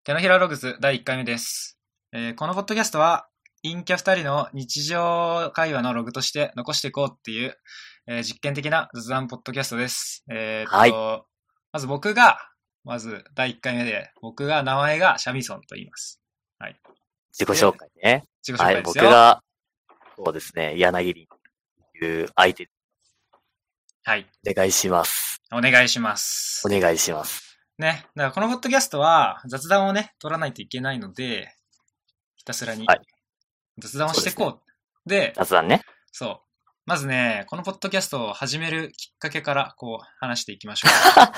手のひらログズ第1回目です。このポッドキャストは、陰キャ2人の日常会話のログとして残していこうっていう、実験的な雑談ポッドキャストです。 はい。 まず第1回目で、僕が名前がシャミソンと言います。はい。 自己紹介ね。 自己紹介ですよ。 はい、僕が、そうですね、柳りという相手。 はい。 お願いします。 お願いします。 お願いします。 ね。だからこのポッドキャストは雑談をね、取らないといけないので、ひたすらに雑談をしていこう。で、 雑談ね。 そう。まずね、このポッドキャストを始めるきっかけからこう話していきましょう。 はい。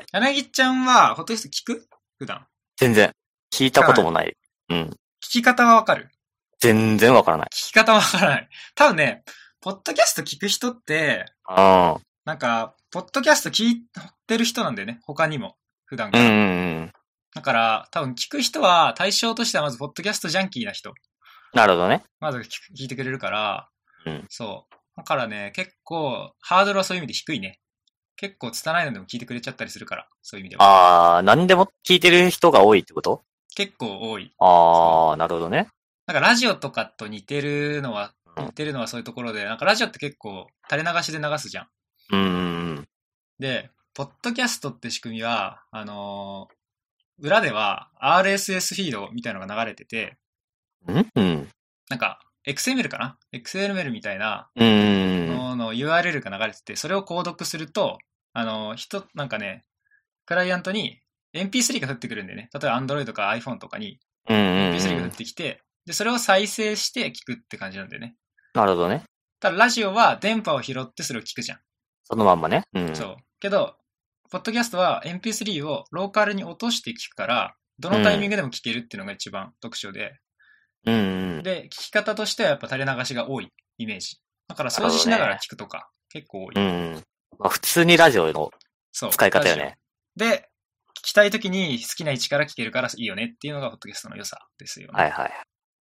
柳ちゃんは、ポッドキャスト聞く？普段。 全然。聞いたこともない。うん。 聞き方はわかる？ 全然わからない。 聞き方はわからない。多分ね、ポッドキャスト聞く人って、なんか、ポッドキャスト聞いてる人なんだよね。他にも。普段から。だから、多分聞く人は対象としてはまずポッドキャストジャンキーな人。 なるほどね。 まず聞いてくれるから、 うん。 そう。だからね、結構、ハードルはそういう意味で低いね。結構拙いのでも聞いてくれちゃったりするから、そういう意味では。何でも聞いてる人が多いってこと？ 結構多い。 なるほどね。 なんかラジオとかと似てるのはそういうところで、なんかラジオって結構垂れ流しで流すじゃん。で、ポッドキャストって仕組みは、裏では RSS フィードみたいなのが流れてて、なんか、XML かな ?XML みたいなの URL が流れてて、それを購読すると、なんかね、クライアントに MP3 が降ってくるんだよね。例えば Android とか iPhone とかに MP3 が降ってきて、で、それを再生して聞くって感じなんだよね。 なるほどね。 ただラジオは電波を拾ってそれを聞くじゃん。 そのまんまね。 そう。けど、ポッドキャストは MP3 をローカルに落として聞くから、どのタイミングでも聞けるっていうのが一番特徴で。で、聞き方としてはやっぱ垂れ流しが多いイメージ。だから掃除しながら聞くとか、結構多い。 まあ、普通にラジオの使い方よね。 で、聞きたいときに好きな位置から聞けるからいいよねっていうのがポッドキャストの良さですよね。 はいはい。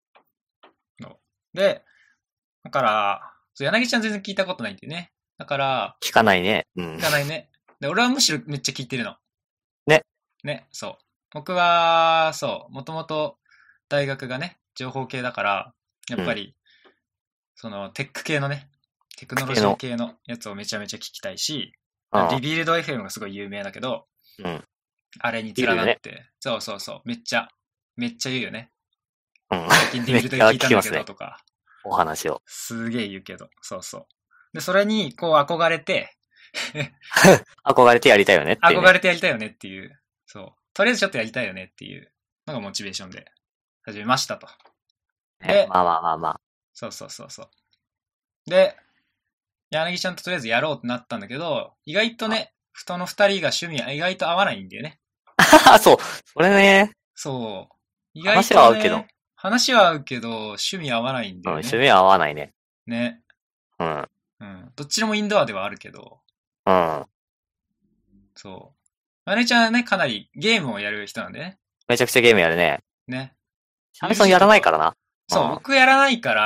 で、だから、柳ちゃん全然聞いたことないんでね。だから、 聞かないね。 聞かないね。で、俺はむしろめっちゃ聞いてるの。 ね、 そう。僕は、もともと大学がね、情報系だから、やっぱり、テック系のね、テクノロジー系のやつをめちゃめちゃ聞きたいし、リビルド FM がすごい有名だけど、あれに連なって、そう、めっちゃ言うよね。最近リビルドで聞いたんだけどとか。 お話を。 すげえ言うけど、そう。で、それに、こう憧れて憧れてやりたいよねっていう、 憧れてやりたいよねっていう。そう。とりあえずちょっとやりたいよねっていうのがモチベーションで始めましたと。 で、まあ。 そう。で、柳ちゃんととりあえずやろうってなったんだけど、意外とね、人の二人が趣味は意外と合わないんだよね。 そう。それね。 そう。意外と、ね、話は合うけど。 話は合うけど、趣味合わないんだよね。 趣味は合わないね。 ね。どっちでもインドアではあるけど。そう。マネちゃんはね、かなりゲームをやる人なんでね。 めちゃくちゃゲームやるね。 ね。 シャミソンやらないからな。 そう、僕やらないから、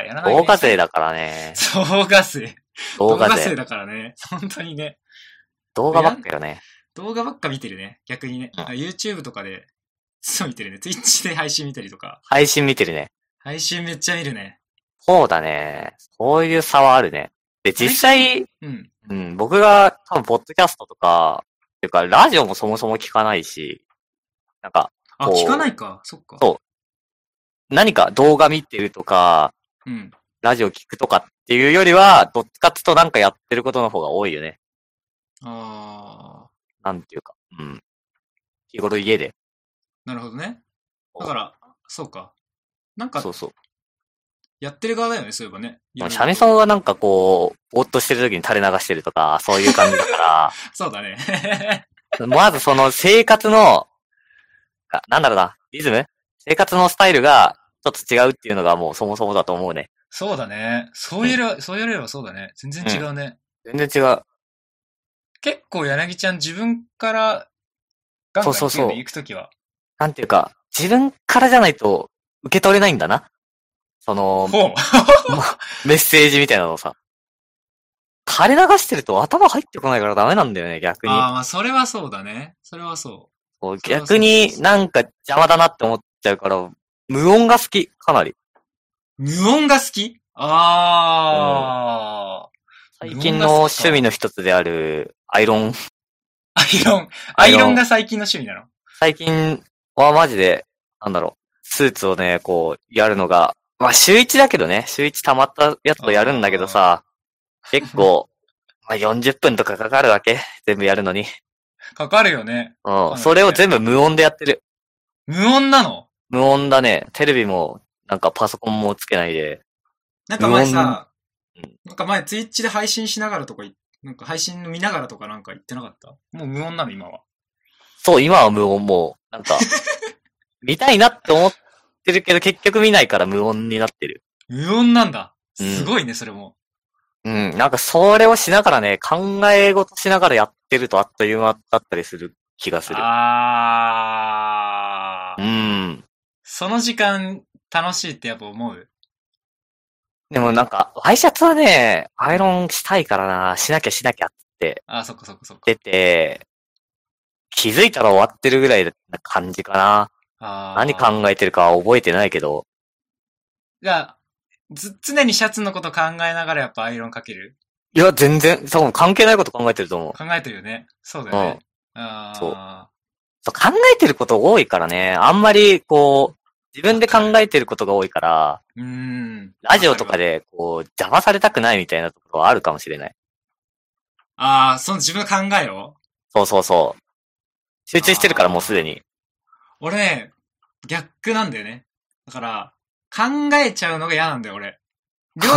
やらない、 ね。動画勢だからね。 動画勢だからね。本当にね。 動画ばっかよね。 動画ばっか見てるね。逆にね。YouTube とかで、そう見てるね。Twitch で配信見たりとか。 配信見てるね。 配信めっちゃ見るね。 そうだね。そういう差はあるね。で、実際、僕が多分、ポッドキャストとか、っていうか、ラジオもそもそも聞かないし、なんか、 聞かないか。そっか。 そう。何か動画見てるとか、ラジオ聞くとかっていうよりは、どっちかっていうとなんかやってることの方が多いよね。なんていうか、日頃家で。 なるほどね。だから、そうか。なんか、 そう。 やってる側だよね、そういえばね。 シャミソンはなんかこう、ぼーっとしてる時に垂れ流してるとか、そういう感じだから。 そうだね。 まずその生活の、なんだろうな、リズム？生活のスタイルがちょっと違うっていうのがもうそもそもだと思うね。 そうだね。そう言えればそうだね。全然違うね。 全然違う。 結構柳ちゃん自分からガンガン行くときは。 なんていうか、自分からじゃないと受け取れないんだな。メッセージみたいなのさ。垂れ流してると頭入ってこないからダメなんだよね、逆に。 まあそれはそうだね。それはそ逆になんか邪魔だなって思っちゃうから、無音が好き、かなり。 無音が好き？あー。 最近の趣味の一つである、アイロンが最近の趣味なの？ 最近はマジで、スーツをね、やるのが、まあ週1だけどね、週1溜まったやつをやるんだけどさ、結構、まあ40分とかかかるわけ？全部やるのに。 かかるよね。 うん。それを全部無音でやってる。 無音なの？ 無音だね。テレビも、パソコンもつけないで。 前さ、前ツイッチで配信しながらとか、配信見ながらとか言ってなかった？もう無音なの今は。 そう、今は無音もう、見たいなって思ってるけど結局見ないから無音になってる。 無音なんだ。すごいね、それも。 うん、それをしながらね、考え事しながらやってるとあっという間だったりする気がする。その時間楽しいってやっぱ思う？ でもワイシャツはね、アイロンしたいからな、しなきゃって。 そっか。 出て、気づいたら終わってるぐらいな感じかな。何考えてるかは覚えてないけど。 じゃあ、常にシャツのこと考えながらやっぱアイロンかける？ いや、全然、多分関係ないこと考えてると思う。 考えてるよね。そうだよね。 そう。考えてること多いからね、あんまり自分で考えてることが多いから、ラジオとかで邪魔されたくないみたいなところはあるかもしれない。 その自分の考えを？ そう。集中してるからもうすでに。 俺ね、逆なんだよね。だから、考えちゃうのが嫌なんだよ、俺。そう。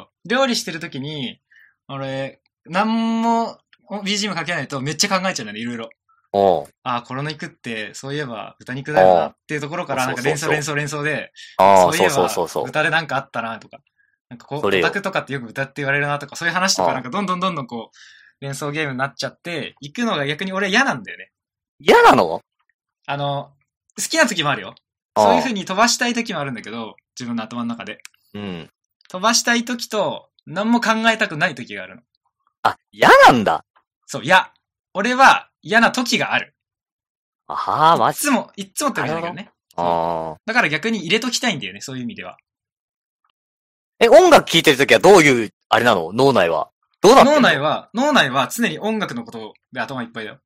料理してるときに、俺、なんも BGM かけないとめっちゃ考えちゃうんだね、いろいろ。この肉って、そういえば豚肉だよなっていうところから連想で、そういえば豚であったなとか、オタクとかってよく豚って言われるなとか、そういう話とかどんどん連想ゲームになっちゃって、行くのが逆に俺嫌なんだよね。 嫌なの？ 好きな時もあるよ。そういう風に飛ばしたい時もあるんだけど、自分の頭の中で。飛ばしたい時と、何も考えたくない時があるの。 嫌なんだ。 そう、俺は嫌な時がある。 マジ？ いつもってわけだけどね。だから逆に入れときたいんだよね、そういう意味では。 音楽聴いてる時はどういう、あれなの？脳内は。どうなってんの？ 脳内は常に音楽のことで頭いっぱいだよ。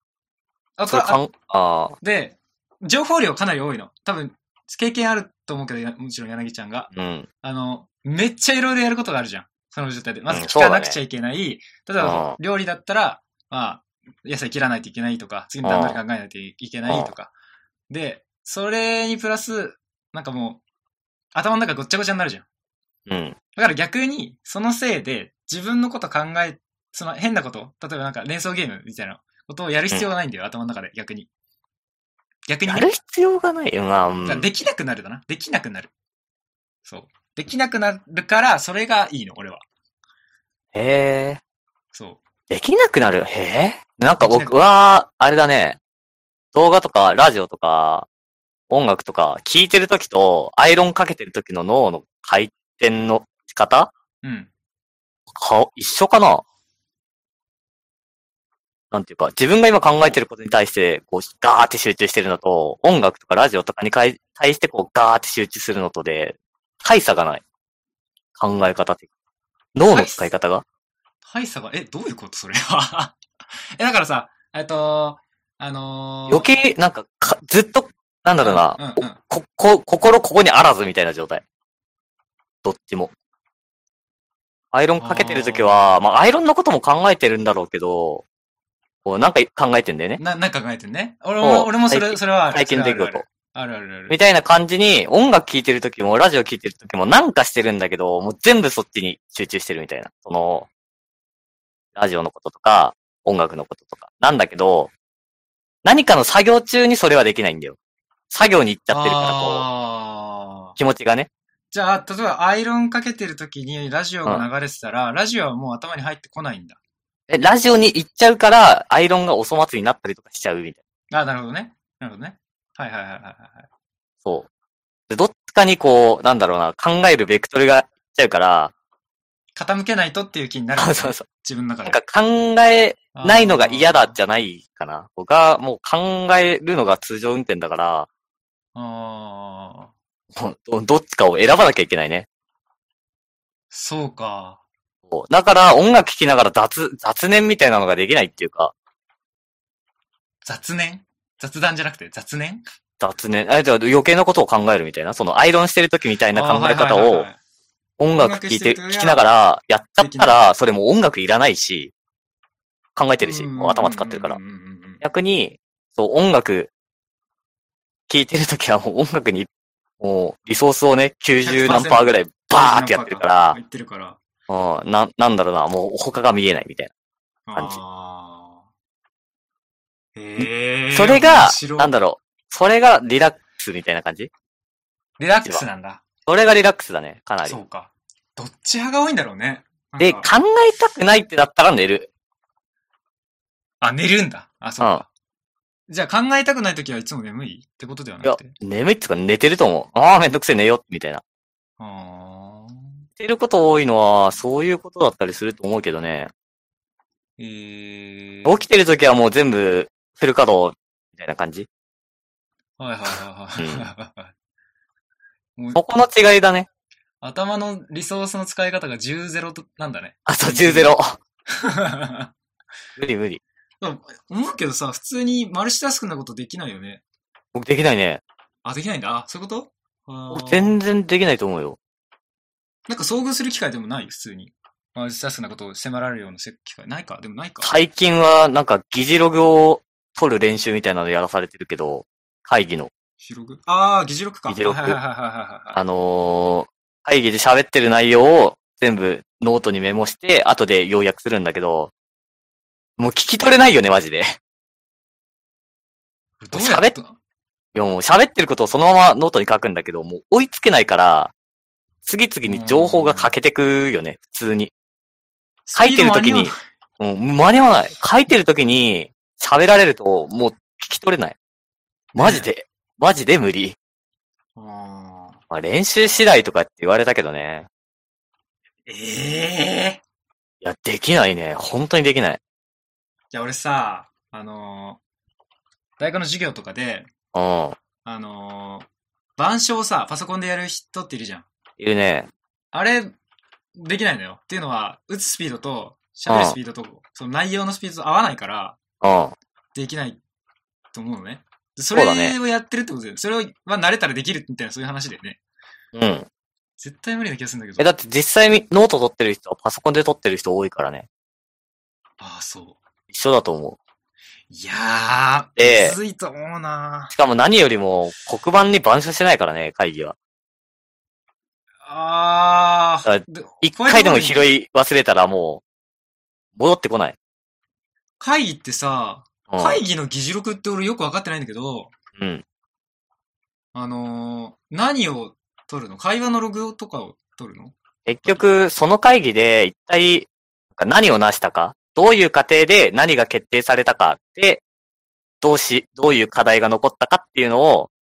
で、情報量かなり多いの。多分、経験あると思うけど、もちろん柳ちゃんが。めっちゃいろいろやることがあるじゃん。その状態で。まず聞かなくちゃいけない。例えば、料理だったら、野菜切らないといけないとか、次の段取り考えないといけないとか。で、それにプラス、もう、頭の中ごっちゃごちゃになるじゃん。だから逆に、そのせいで、自分のことその変なこと、例えば連想ゲームみたいなことをやる必要がないんだよ、頭の中で、逆に。 やる必要がないよな。 できなくなるだな。できなくなる。そう。できなくなるから、それがいいの、俺は。 へえ。 そう。 できなくなる？僕は、あれだね。動画とか、ラジオとか、音楽とか、聞いてるときと、アイロンかけてるときの脳の回転の仕方？一緒かな？なんていうか、自分が今考えてることに対して、ガーって集中してるのと、音楽とかラジオとかに対してガーって集中するのとで、大差がない。考え方的。脳の使い方が？ 大差が、どういうことそれは。だからさ、 余計、ずっと、心ここにあらずみたいな状態。どっちも。アイロンかけてるときは、アイロンのことも考えてるんだろうけど、考えてんだよね。 考えてんね。俺もそれはある。 最近出来事。 ある。 みたいな感じに、音楽聴いてるときも、ラジオ聴いてるときもしてるんだけど、もう全部そっちに集中してるみたいな。ラジオのこととか、音楽のこととか。なんだけど、何かの作業中にそれはできないんだよ。作業に行っちゃってるから気持ちがね。 じゃあ、例えばアイロンかけてるときにラジオが流れてたら、ラジオはもう頭に入ってこないんだ。 ラジオに行っちゃうから、アイロンがお粗末になったりとかしちゃうみたいな。なるほどね。はい。 そう。で、どっちかに考えるベクトルがいっちゃうから、 傾けないとっていう気になる、ね。 そうそう。 自分の中で。 なんか考えないのが嫌だじゃないかな。僕はもう考えるのが通常運転だから、どっちかを選ばなきゃいけないね。 そうか。 だから音楽聴きながら雑念みたいなのができないっていうか。 雑念？雑談じゃなくて雑念？ 雑念。じゃあ余計なことを考えるみたいな。そのアイロンしてる時みたいな考え方を音楽聴きながらやっちゃったら、それも音楽いらないし、考えてるし、もう頭使ってるから。逆に、そう、音楽聴いてる時はもう音楽に、もうリソースをね、90何パーぐらいバーってやってるから、なんだろうな、もう他が見えないみたいな感じ。それが、なんだろう、それがリラックスみたいな感じ？ リラックスなんだ。 それがリラックスだね、かなり。 そうか。どっち派が多いんだろうね。 で、考えたくないってなったら寝る。 あ、寝るんだ。あ、そうか。じゃあ考えたくないときはいつも眠いってことではなくて。いや、 眠いっていうか寝てると思う。ああ、めんどくせえ寝よう、みたいな。寝てること多いのは、そういうことだったりすると思うけどね。起きてるときはもう全部フル稼働みたいな感じ。 はいはいはいはい。 そこの違いだね。 頭のリソースの使い方が10-0なんだね。 あ、そう、10-0。無理。 思うけどさ、普通にマルチタスクなことできないよね。 僕できないね。 あ、できないんだ。あ、そういうこと？ 全然できないと思うよ。 なんか遭遇する機会でもない普通に。マルチタスクなことを迫られるような機会ないか？でもないか。 最近はなんか議事ログを取る練習みたいなのやらされてるけど、会議の。 議事ログ？ああ、議事録か。 議事録。会議で喋ってる内容を全部ノートにメモして、後で要約するんだけど、もう聞き取れないよね、マジで。 どうやって？ いやもう喋ってることをそのままノートに書くんだけど、もう追いつけないから、次々に情報が欠けてくよね、普通に。書いてるときに、間に合わない。書いてるときに喋られると、もう聞き取れない。マジで無理。まあ、練習次第とかって言われたけどね。いや、できないね。本当にできない。 じゃあ俺さ、大学の授業とかで、板書をさ、パソコンでやる人っているじゃん。 いるね。 あれ、できないのよ。っていうのは、打つスピードと、喋るスピードと、その内容のスピードと合わないから、できないと思うのね。それをやってるってことだよ。それは慣れたらできるみたいなそういう話だよね。 うん。 絶対無理な気がするんだけど。 だって実際にノート取ってる人はパソコンで取ってる人多いからね。 ああ、そう。 一緒だと思う。 いやー、むずいと思うな。 しかも何よりも黒板に板書してないからね、会議は。一回でも拾い忘れたらもう、戻ってこない。 会議ってさ、会議の議事録って俺よくわかってないんだけど、何を取るの？会話のログとかを取るの？ 結局、その会議で一体何を成したか、どういう過程で何が決定されたかで、どういう課題が残ったかっていうのを、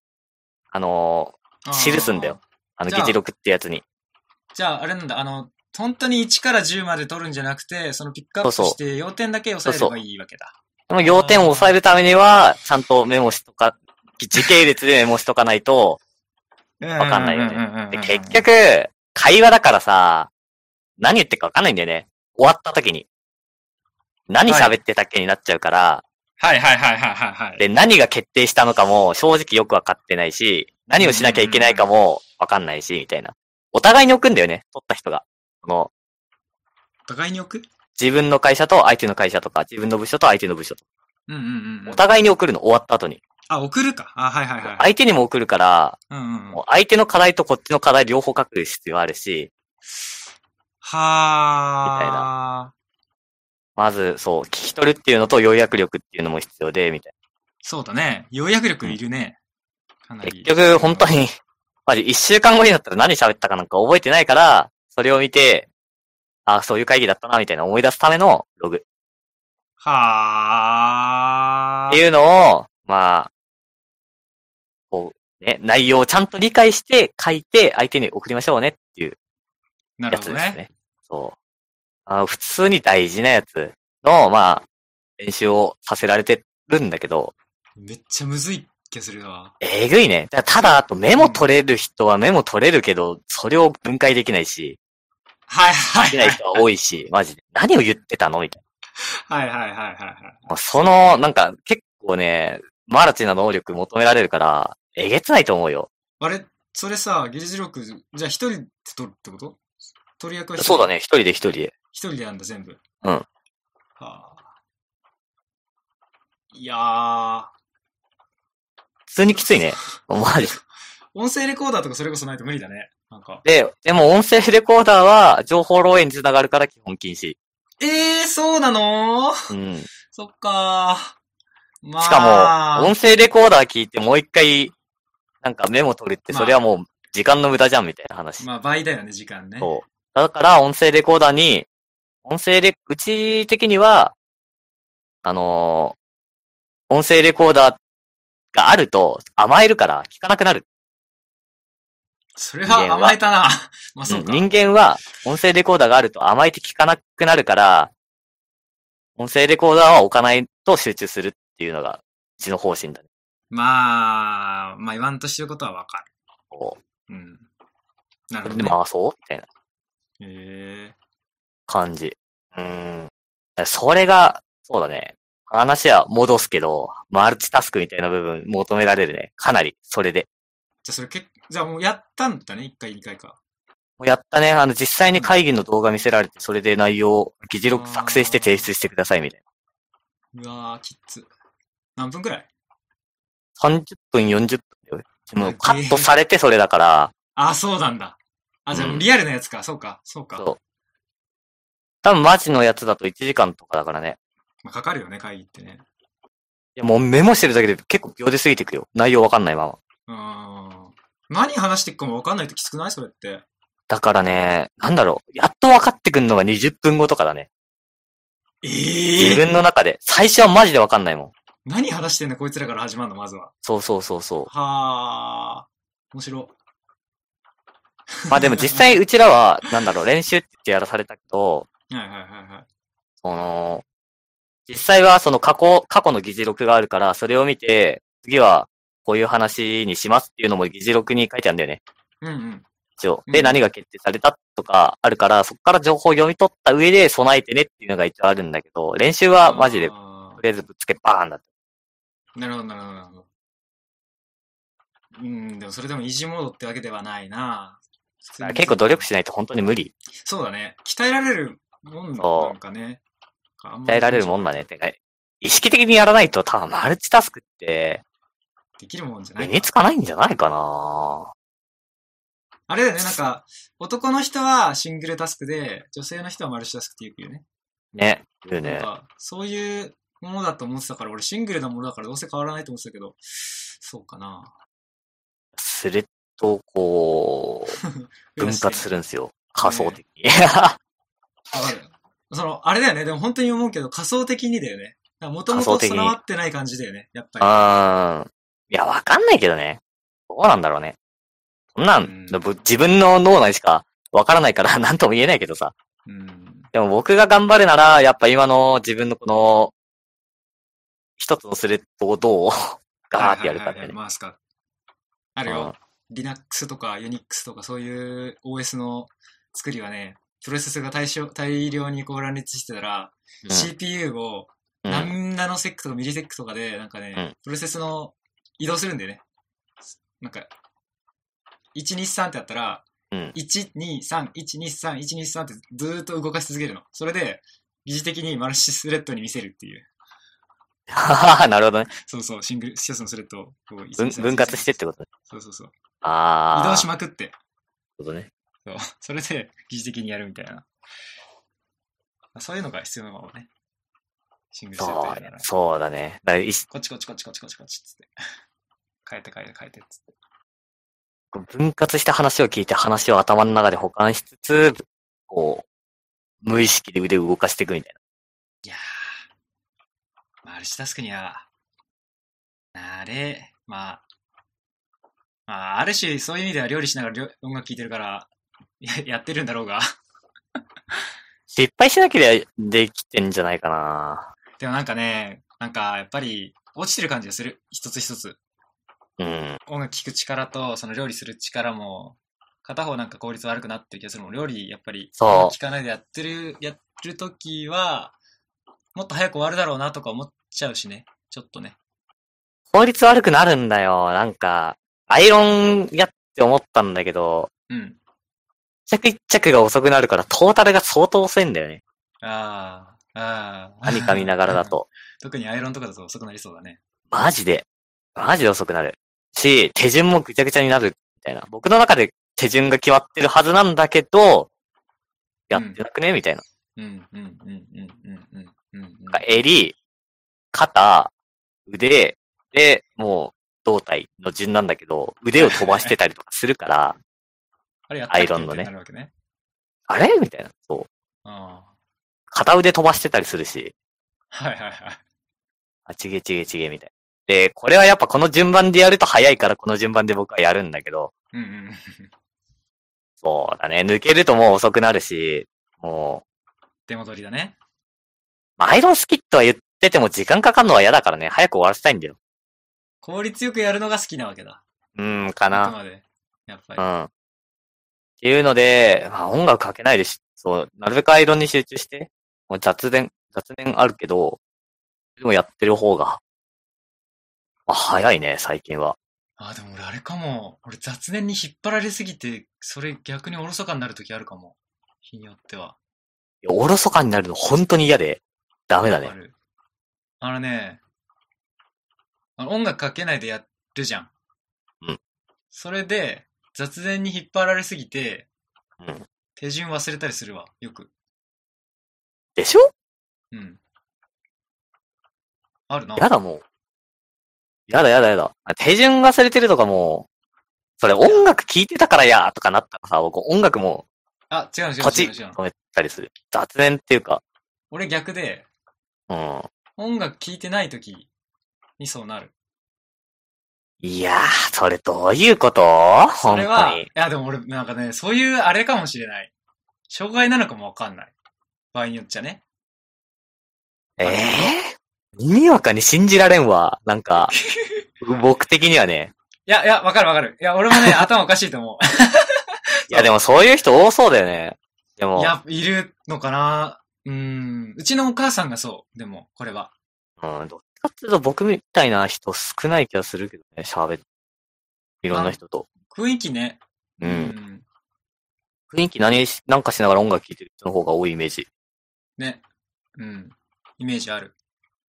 記すんだよ。議事録ってやつに。 じゃあ、あれなんだ、本当に1から10まで取るんじゃなくて、そのピックアップして要点だけ押さえればいいわけだ。 その要点を押さえるためには、ちゃんとメモしとか、時系列でメモしとかないと、わかんないよね。で、結局、会話だからさ、何言ってるかわかんないんだよね。終わった時に。何喋ってたっけになっちゃうから。 はい。 で、何が決定したのかも正直よくわかってないし、何をしなきゃいけないかもわかんないし、みたいな。お互いに置くんだよね、取った人が。 お互いに置く？ 自分の会社と相手の会社とか、自分の部署と相手の部署とか。お互いに送るの、終わった後に。 あ、送るか。あ、はい。 相手にも送るから、相手の課題とこっちの課題両方書く必要あるし。 はー。 みたいな。まず、そう、聞き取るっていうのと要約力っていうのも必要で、みたいな。 そうだね。要約力いるね。 結局、本当に、マジ1週間後になったら何喋ったかなんか覚えてないから、それを見て、あ、そういう会議だったな、みたいな思い出すためのログ。 はー。 っていうのを、まあ、こう、ね、内容をちゃんと理解して書いて相手に送りましょうねっていうやつですね。 そう。普通に大事なやつの、まあ、練習をさせられてるんだけど、 めっちゃむずい気がするわ。 えぐいね。ただ、あとメモ取れる人はメモ取れるけど、それを分解できないし、 はいはいはい。 できない人は多いし、マジで。何を言ってたのみたいはいはいはいはいはい。 な。なんか、結構ね、マルチな能力求められるから、えげつないと思うよ。 あれ、それさ、議事録、じゃあ一人で取るってこと？取り役は一人？ そうだね、一人で。 一人でやんだ、全部。 うん。 はあ、いやー。 普通にきついね。マジ。 音声レコーダーとかそれこそないと無理だね。なんか。 でも音声レコーダーは情報漏洩につながるから基本禁止。 そうなの？ うん。 そっかー。まあ。 しかも、音声レコーダー聞いてもう一回、なんかメモ取るって、それはもう時間の無駄じゃんみたいな話。 まあ倍だよね、時間ね。 そう。だから音声レコーダーに、うち的には、音声レコーダーがあると甘えるから聞かなくなる。 それは甘えたな。まあそうか。 人間は音声レコーダーがあると甘えて聞かなくなるから、音声レコーダーは置かないと集中するっていうのが、うちの方針だね。 まあ言わんとしてることはわかる。うん。なるほど、ね。 で、そうみたいな。 へえ。 感じ。それが、そうだね。話は戻すけど、マルチタスクみたいな部分求められるね。かなり、それで。 じゃあもうやったんだね、1回、2回か。 もうやったね。実際に会議の動画見せられて、それで内容、議事録作成して提出してくださいみたいな。うわー、きつ。何分くらい？ 30分、40分だよ。でもカットされてそれだから。 あ、そうなんだ。あ、じゃあリアルなやつか。そうか。そう。 多分マジのやつだと1時間とかだからね。 まあ、かかるよね、会議ってね。 いや、もうメモしてるだけで結構秒で過ぎてくよ。内容わかんないまま。何話していくかもわかんないときつくない？それって。 だからね、なんだろう。やっと分かってくんのが20分後とかだね。自分の中で。最初はマジで分かんないもん。 何話してんのこいつらから始まるの、まずは。 そう。 はー。面白。 まあでも実際うちらは、なんだろう、練習って言ってやらされたけど、実際はその過去の議事録があるから、それを見て、次はこういう話にしますっていうのも議事録に書いてあるんだよね。一応。で、何が決定されたとかあるから、そこから情報を読み取った上で備えてねっていうのが一応あるんだけど、練習はマジで、とりあえずぶっつけバーンだった。 なるほど。でもそれでもイージーモードってわけではないな。 結構努力しないと本当に無理。 そうだね。鍛えられるもんなんかね。 鍛えられるもんだね。てか、意識的にやらないと多分マルチタスクって、 できるもんじゃない身につかないんじゃないかな。 あれだよね、なんか、男の人はシングルタスクで、女性の人はマルチタスクって言うよね。 ね、言うね。 なんか、そういうものだと思ってたから、俺シングルなものだからどうせ変わらないと思ってたけど、そうかな。 すると、こう、分割するんですよ。仮想的に。 わかる。あれだよね。でも本当に思うけど、仮想的にだよね。もともと備わってない感じだよね。やっぱり。 いや、わかんないけどね。どうなんだろうね。そんなん、自分の脳内しかわからないから何とも言えないけどさ。でも僕が頑張るなら、やっぱ今の自分のこの、一つのスレッドをどうガーってやるかだよね。 回すか。あるよ。Linux とか Unix とかそういう OS の作りはね、プロセスが大量にこう乱立してたら、CPU を何ナノセックとかミリセックとかで、なんかね、プロセスの移動するんだよね。なんか、123ってやったら、123、123、123ってずーっと動かし続けるの。それで、疑似的にマルチスレッドに見せるっていう。 なるほどね。 そう、シングル、一つのスレッドを分割してってことね。 そう。移動しまくって。 そうね。 それで疑似的にやるみたいな。そういうのが必要なのかもね。シングルスレッドやるなら。 そうだね。 こっちっつって。変えてっつって。 分割した話を聞いて話を頭の中で保管しつつ、こう、無意識で腕を動かしていくみたいな。 いやー、マルチタスクには、ある種そういう意味では料理しながら音楽聴いてるからやってるんだろうが。 失敗しなければできてんじゃないかな。 でもなんかね、なんかやっぱり落ちてる感じがする。一つ一つ。 うん。 音楽聴く力と、その料理する力も、片方なんか効率悪くなってる気がするもん。料理、やっぱり、音楽聴かないでやるときは、もっと早く終わるだろうなとか思っちゃうしね。ちょっとね。 効率悪くなるんだよ。なんか、アイロンやって思ったんだけど、 うん。 一着一着が遅くなるからトータルが相当遅いんだよね。 ああ、ああ。 何か見ながらだと。 特にアイロンとかだと遅くなりそうだね。 マジで遅くなる。し、手順もぐちゃぐちゃになる、みたいな。僕の中で手順が決まってるはずなんだけど、やってなくね、みたいな。襟、肩、腕、で、もう、胴体の順なんだけど、腕を飛ばしてたりとかするから、 あれやったっけアイロンのね。 ね、 あれみたいな。そう。片腕飛ばしてたりするし。 はいはいはい。 あ、ちげみたいな。で、これはやっぱこの順番でやると早いからこの順番で僕はやるんだけど。そうだね。抜けるともう遅くなるし、もう。出戻りだね。 アイロンスキットは言ってても時間かかるのは嫌だからね。早く終わらせたいんだよ。 効率よくやるのが好きなわけだ。 かな。 あくまで。やっぱり。 っていうので、まあ音楽かけないでし、そう、なるべくアイロンに集中して、もう雑念あるけど、でもやってる方が、まあ早いね、最近は。 でも俺あれかも。俺雑念に引っ張られすぎて、それ逆におろそかになるときあるかも。日によっては。 おろそかになるの本当に嫌で、ダメだね。 音楽かけないでやるじゃん。 うん。 それで、雑念に引っ張られすぎて、 うん。 手順忘れたりするわ、よく。 でしょ？ うん。あるな。 やだもう。やだ。手順忘れてるとかもう、それ音楽聴いてたからやとかなったらさ、僕音楽も、 違う。 ポチッ止めたりする。雑念っていうか。 俺逆で、音楽聴いてない時にそうなる。 いやー、それどういうこと？ それは、いやでも俺なんかね、そういうあれかもしれない。障害なのかもわかんない。場合によっちゃね。 にわかに信じられんわ。なんか、僕的にはね。 いや、わかる。いや、俺もね、頭おかしいと思う。 いや、でもそういう人多そうだよね。でも。 いや、いるのかな。うちのお母さんがそう。でも、これは。 どっちかっていうと僕みたいな人少ない気がするけどね、いろんな人と。 雰囲気ね。 雰囲気なんかしながら音楽聴いてる人の方が多いイメージ。 ね。イメージある。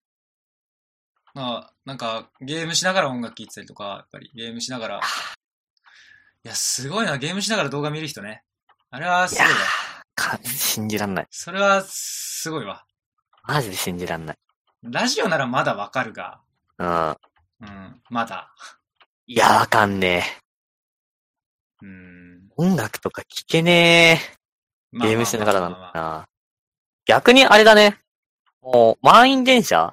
なんか、ゲームしながら音楽聴いてたりとか、やっぱりゲームしながら。いや、すごいな、ゲームしながら動画見る人ね。あれはすごいわ。 信じらんない。 それは、すごいわ。 マジで信じらんない。 ラジオならまだわかるが。まだ。 いや、わかんねえ。音楽とか聴けねえ。ゲームしながらなんだな。逆にあれだね。もう、満員電車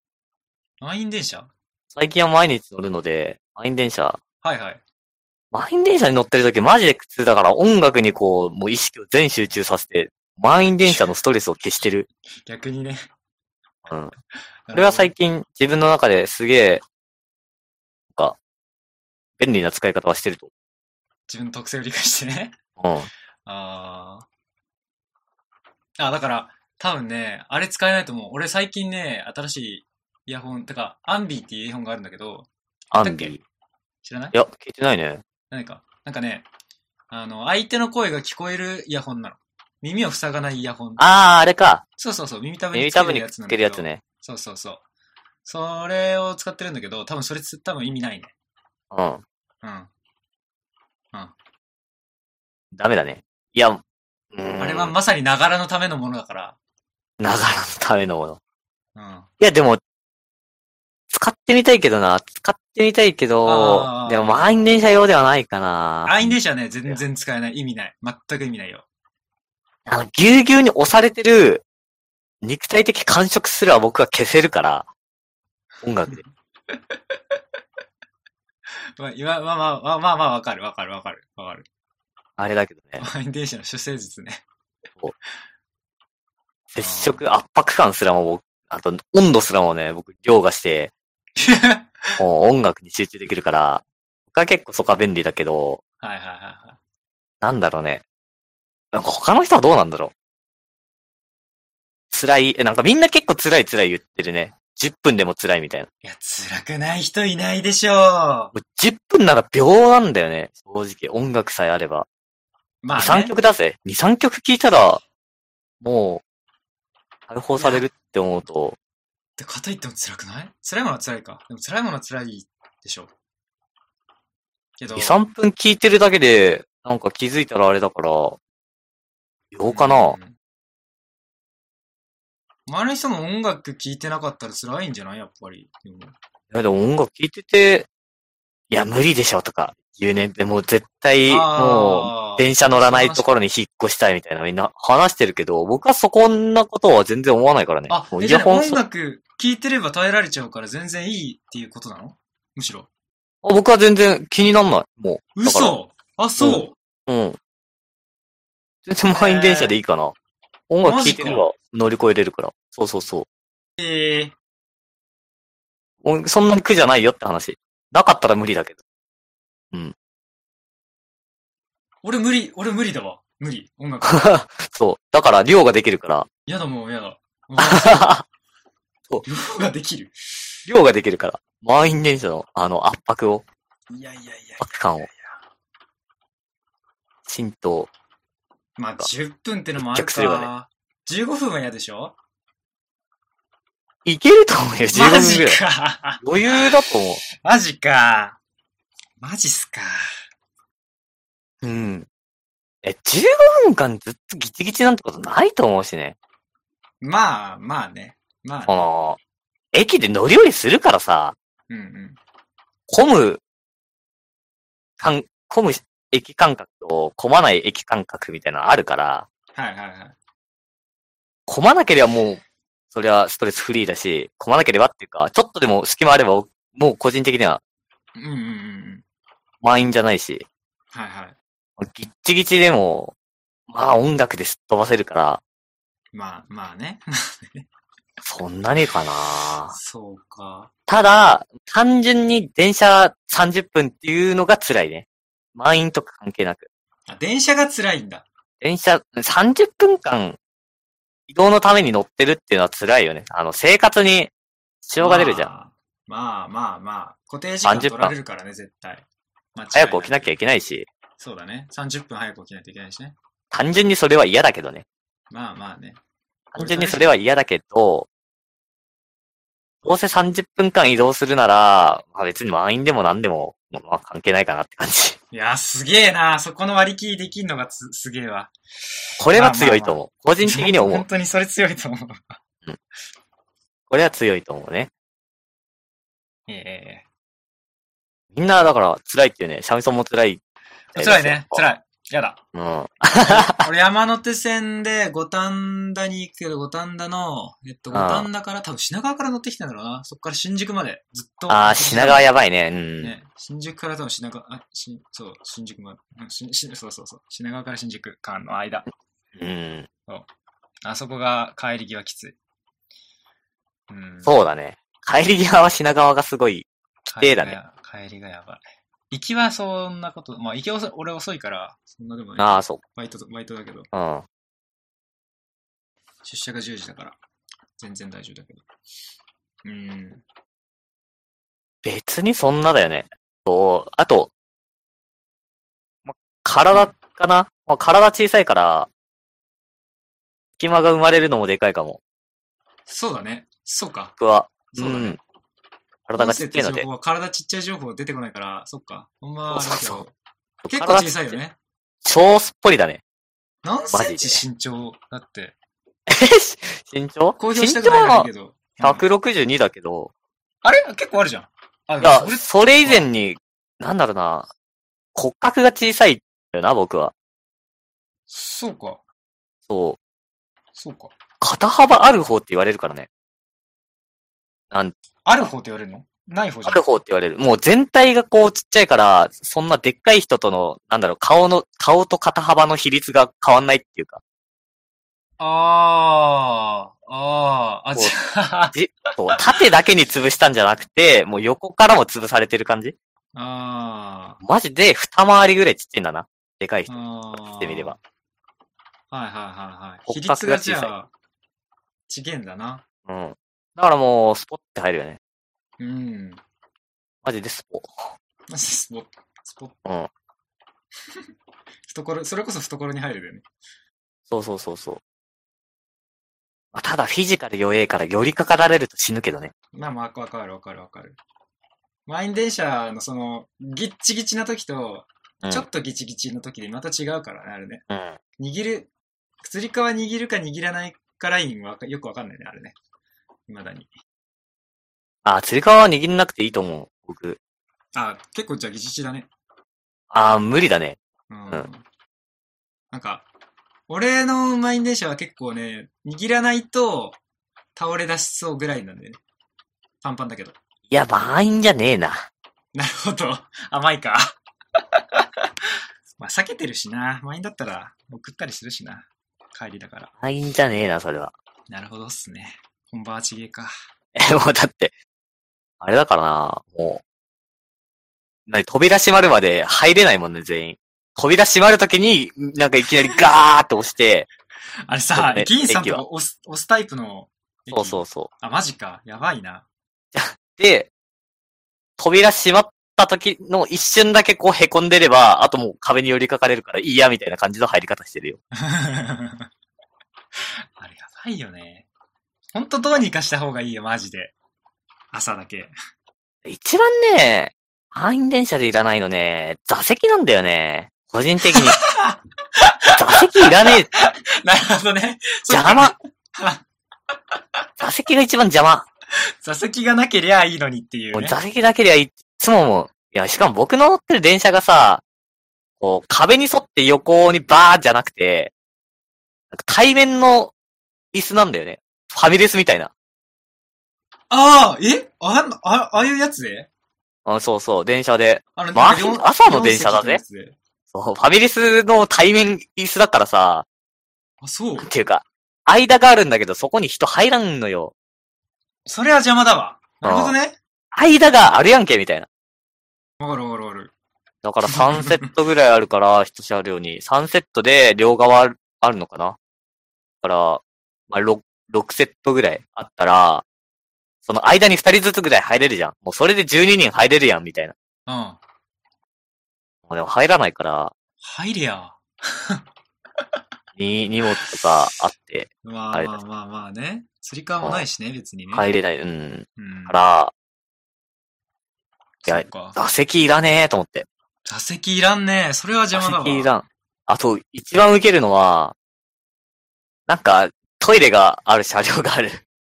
最近は毎日乗るので、満員電車。 はいはい。 満員電車に乗ってるときマジで苦痛だから音楽にこう、もう意識を全集中させて、満員電車のストレスを消してる。 逆にね。 これは最近自分の中ですげえ、なんか、便利な使い方はしてると。 自分の特性を理解してね。だから、多分ね、あれ使えないと思う。俺最近ね、新しいイヤホン、アンビーっていうイヤホンがあるんだけど。 アンビー？ 知らない？ いや、聞いてないね。 なんかね、相手の声が聞こえるイヤホンなの。耳を塞がないイヤホン。 あれか。 そう、耳たぶにつけるやつね。 そう。それを使ってるんだけど、多分それ意味ないね。 ダメだね。いや、 あれはまさにながらのためのものだから。 ながらのためのもの。いや、でも、使ってみたいけど、でも満員電車用ではないかな。 満員電車はね、全然使えない。意味ない。全く意味ないよ。 ぎゅうぎゅうに押されてる、肉体的感触すら僕は消せるから、音楽で。 まあ、わかる。 あれだけどね。 満員電車の主戦術ね。 接触、圧迫感すらも、あと温度すらもね、僕、凌駕して、もう音楽に集中できるから、僕は結構そこは便利だけど、 はいはいはいはい。 なんだろうね。なんか他の人はどうなんだろう。辛い、なんかみんな結構辛い言ってるね。10分でも辛いみたいな。 いや、辛くない人いないでしょう。 もう10分なら秒なんだよね。正直、音楽さえあれば。 まあ、ね。 2、3曲だぜ。2、3曲聴いたら、もう、解放されるって思うと。 で、かといっても辛くない？辛いものは辛いか。でも辛いものは辛いでしょ。けど。 2、3分聴いてるだけで、なんか気づいたらあれだから、秒かな。 周りの人も音楽聴いてなかったら辛いんじゃないやっぱり。 いやでも音楽聴いてて、いや無理でしょとか言うね。でも絶対、もう、電車乗らないところに引っ越したいみたいなみんな話してるけど、僕はそんなことは全然思わないからね。 もうイヤホン音楽聴いてれば耐えられちゃうから全然いいっていうことなの？むしろ。 僕は全然気になんない。もう。 嘘？あ、そう。 うん。全然満員電車でいいかな。音楽聴いてれば乗り越えれるから。そうそうそう。そんなに苦じゃないよって話。なかったら無理だけど。うん。 俺無理だわ。無理。音楽。 そう。だから量ができるから。 やだもうやだ。そう。量ができる。 量ができるから。満員電車の圧迫を。 いや。圧迫感を。浸透。 まあ、10分ってのもあるか。ね、15分は嫌でしょ？ いけると思うよ、15分ぐらい。 マジか。 余裕だと思う。 マジか。マジっすか。 うん。15分間ずっとギチギチなんてことないと思うしね。 まあね。 駅で乗り降りするからさ。混む駅感覚と混まない駅感覚みたいなのあるから。 はい。 混まなければもう、そりゃストレスフリーだし、混まなければっていうか、ちょっとでも隙間あれば、もう個人的には、満員じゃないし。 はい。 ギッチギチでも、まあ音楽ですっ飛ばせるから。 まあね。 そんなにかな。 そうか。 ただ、単純に電車30分っていうのが辛いね。満員とか関係なく。 電車が辛いんだ。 電車30分間移動のために乗ってるっていうのは辛いよね。生活に支障が出るじゃん。 まあ。固定時間取られるからね、絶対。 早く起きなきゃいけないし。 そうだね。30分早く起きないといけないしね。 単純にそれは嫌だけどね。 まあね。 単純にそれは嫌だけど、どうせ30分間移動するなら、別に満員でも何でも、関係ないかなって感じ。 いや、すげえな。そこの割り切りできんのがすげえわ。 これは強いと思う。個人的に思う。 本当にそれ強いと思う。 うん。これは強いと思うね。みんなだから辛いっていうね、シャミソンも辛い。 辛いね。辛い。やだ。 うん。 俺山手線で五反田に行くけど、五反田の、五反田から多分品川から乗ってきたんだろうな。そっから新宿までずっと。 品川やばいね。うん。 ね、新宿から多分新宿まで。そう。品川から新宿間の間。 うん。 そう。あそこが帰り際きつい。 そうだね。帰り際は品川がすごい、きてえだね。 帰りがやばい。行きはそんなこと、まあ行きは俺遅いから、そんなでもない。そう。 バイトだけど。 うん。 出社が10時だから、全然大丈夫だけど。 別にそんなだよね。あと、体かな、体小さいから、隙間が生まれるのもでかいかも。 そうだね。そうか。 僕は。 そうだね。 体がちっちゃいので。 体ちっちゃい情報出てこないから、そっか。ほんまあれだけど。結構小さいよね。 超すっぽりだね。 何センチ身長だって。 身長公表したくないけど。 162だけど。 あれ結構あるじゃん。 いや、それ以前に、なんだろうな。骨格が小さいんだよな、僕は。 そうか。 そうか。肩幅ある方って言われるからね。 ある方って言われるの？ない方じゃん。 ある方って言われる。もう全体がこうちっちゃいから、そんなでっかい人との、顔と肩幅の比率が変わんないっていうか。 こうじゃあ、 そう縦だけに潰したんじゃなくて、もう横からも潰されてる感じ。 あマジで二回りぐらいちっちゃいんだな。でかい人してみれば。 はいはいはいはい。比骨格が率がじゃあ、ちげんだな。 うん。だからもう、スポって入るよね。 うん。 マジでスポ。 マジでスポッ。 うん。 懐、それこそ懐に入るよね。 そうそうそうそう。まあ、ただフィジカル弱えから寄りかかられると死ぬけどね。 まあまあ、わかる。満員電車のその、ギッチギチな時と、ちょっとギチギチの時でまた違うからね、あれね。 うん。 握る、つり革握るか握らないかラインはよくわかんないね、あれね。未だに。 あ、つり革は握んなくていいと思う、僕。 結構じゃあギチギチだね。 無理だね。 うん。なんか、俺の満員電車は結構ね、握らないと倒れ出しそうぐらいなんだよね。パンパンだけど。 いや、満員じゃねえな。 なるほど。甘いか。まあ、避けてるしな。満員だったら送ったりするしな。帰りだから。 満員じゃねえな、それは。 なるほどっすね。本場はちげえか。 もうだって、あれだからな、もう、扉閉まるまで入れないもんね、全員。扉閉まるときに、なんかいきなりガーって押して、 あれさ、 ね駅員さんとか押すタイプの駅。 そうそうそう。 あ、マジか。やばいな。 で、扉閉まった時の一瞬だけこう凹んでれば、あともう壁に寄りかかれるからいいや、みたいな感じの入り方してるよ。 あれやばいよね。ほんとどうにかした方がいいよ、マジで。朝だけ。 一番ね、満員電車でいらないのね、座席なんだよね。個人的に。座席いらねえ。 なるほどね。 邪魔。座席が一番邪魔。 座席がなけりゃいいのにっていう、ね。 もう座席だけではいつももう、いや、しかも僕の乗ってる電車がさ、こう、壁に沿って横にバーじゃなくて、なんか対面の椅子なんだよね。ファミレスみたいな。 ああいうやつでそうそう、電車で。 まあ、 朝の電車だぜ。そう、ファミレスの対面椅子だからさ。 あ、そう。 っていうか、間があるんだけど、そこに人入らんのよ。 それは邪魔だわ。なるほどね。 間があるやんけ、みたいな。 わかる。 だから3セットぐらいあるから、一車両に。3セットで両側あるのかな。だから、まあ、6セットぐらいあったら、その間に2人ずつぐらい入れるじゃん。もうそれで12人入れるやん、みたいな。 うん。 もうでも入らないから。 入れや。 荷物とかあって。 まあね。釣り革もないしね、別にね。 入れない。うん。から、いや、座席いらねえと思って。 座席いらんねえ。それは邪魔だわ。 座席いらん。あと、一番受けるのは、なんか、トイレがある車両がある。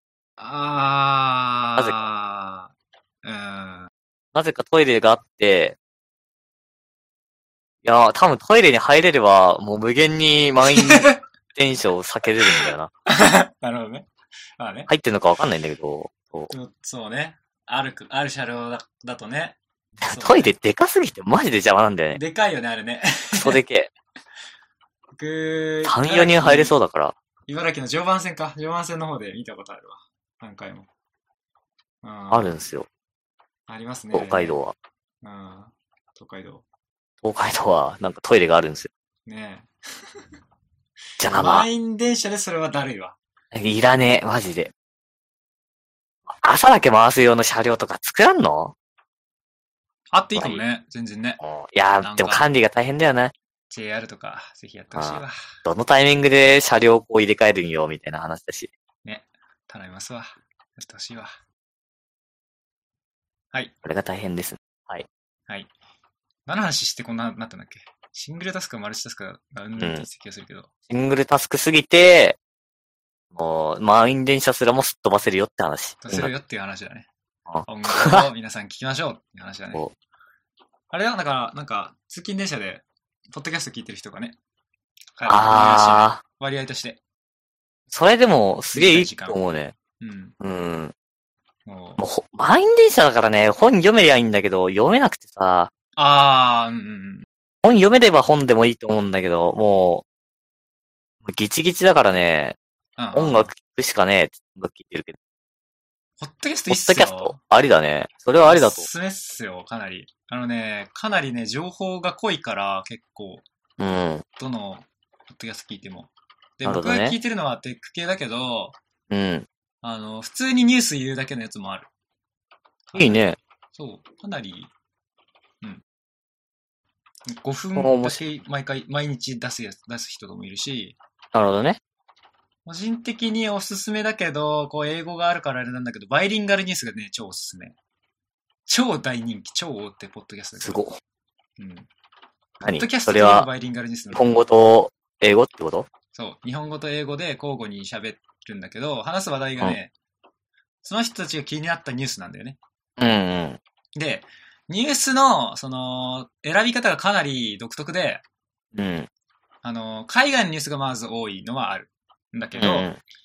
なぜか。なぜかトイレがあって、いや、多分トイレに入れれば、もう無限に満員電車を避けれるんだよな。 なるほどね。まあね。 入ってるのかわかんないんだけど。 そうね。ある車両だとね。 トイレでかすぎてマジで邪魔なんだよね。 でかいよね、あれね。 そうでけ僕、 3、4人入れそうだから。 茨城の常磐線か。常磐線の方で見たことあるわ。何回も。 あるんですよ。 ありますね。 東海道は。 東海道は、なんかトイレがあるんですよ。 ねえ。 じゃあ満員電車でそれはだるいわ。 いらねえ、マジで。朝だけ回す用の車両とか作らんの？ あっていいかもね、全然ね。 いやー、でも管理が大変だよね。 JR とか、ぜひやってほしいわ。 どのタイミングで車両をこう入れ替えるんよ、みたいな話だし。 ね。頼みますわ。やってほしいわ。はい。 これが大変です。はい。 はい。何の話してこんななったんだっけ？シングルタスクかマルチタスクがうんって言って気がするけど。 シングルタスクすぎて、もう、満員電車すらもすっ飛ばせるよって話。 飛ばせるよっていう話だね。音楽を皆さん聞きましょうっていう話だね。あれは、だから、なんか、通勤電車で、ポッドキャスト聞いてる人がね、割合として。 それでも、すげえいいと思うね。もう、満員電車だからね、本読めりゃいいんだけど、読めなくてさ。本読めれば本でもいいと思うんだけど、もう、ギチギチだからね、 音楽聴くしかねえって音楽聴いてるけど。 ポッドキャストいいっすよ。 ポッドキャストありだね。それはありだと。 おすすめっすよ、かなり。かなりね、情報が濃いから、結構。 うん。 どの、ポッドキャスト聞いても。で、 僕が聞いてるのはテック系だけど、 うん。 普通にニュース言うだけのやつもある。 いいね。 そう、かなり、5分だけ毎日出す人もいるし。 なるほどね。 個人的におすすめだけど、英語があるからあれなんだけど、バイリンガルニュースがね、超おすすめ。超大人気、超大手ポッドキャストだけど。 すご。 うん。 何ポッドキャストでバイリンガルニュース日本語と英語ってこと？ そう。日本語と英語で交互に喋るんだけど、話す話題がね、その人たちが気になったニュースなんだよね。 うんうん。 で、ニュースの、選び方がかなり独特で、 うん。 海外のニュースがまず多いのはあるんだけど、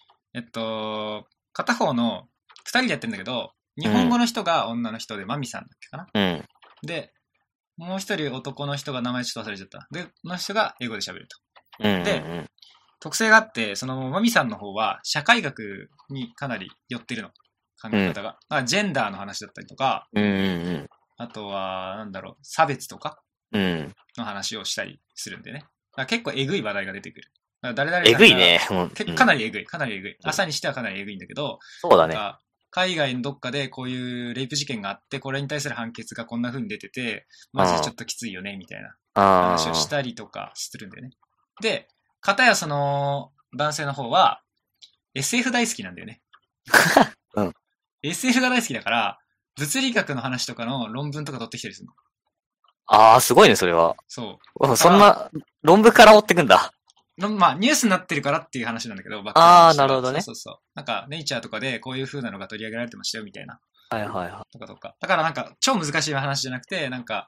片方の、二人でやってるんだけど、日本語の人が女の人で、マミさんだっけかな。 うん。 で、もう一人男の人が名前ちょっと忘れちゃった。で、この人が英語で喋ると。で、特性があって、マミさんの方は社会学にかなり寄ってるの。考え方が。ジェンダーの話だったりとか、あとは、差別とかの話をしたりするんでね。結構えぐい話題が出てくる。誰々 えぐいね。 かなりえぐい。朝にしてはかなりえぐいんだけど、 そうだね。 海外のどっかでこういうレイプ事件があって、これに対する判決がこんな風に出てて、マジでちょっときついよね、みたいな話をしたりとかするんだよね。で、片や男性の方は、SF 大好きなんだよね。 うん。 SF が大好きだから、物理学の話とかの論文とか取ってきたりするの。 ああ、すごいね、それは。 そう。 そんな、論文から追ってくんだ。 まあ、ニュースになってるからっていう話なんだけど、 ああ、なるほどね。 そう。ネイチャーとかでこういう風なのが取り上げられてましたよ、みたいな。 はいはいはい。 とか。だから超難しい話じゃなくて、なんだ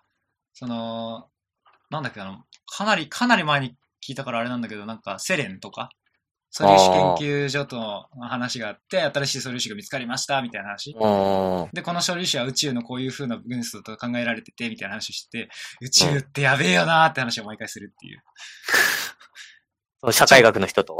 っけ、かなり前に聞いたからあれなんだけど、セレンとか、素粒子研究所との話があって、新しい素粒子が見つかりました、みたいな話。で、この素粒子は宇宙のこういう風な分数と考えられてて、みたいな話をして、宇宙ってやべえよなーって話を毎回するっていう。 社会学の人と。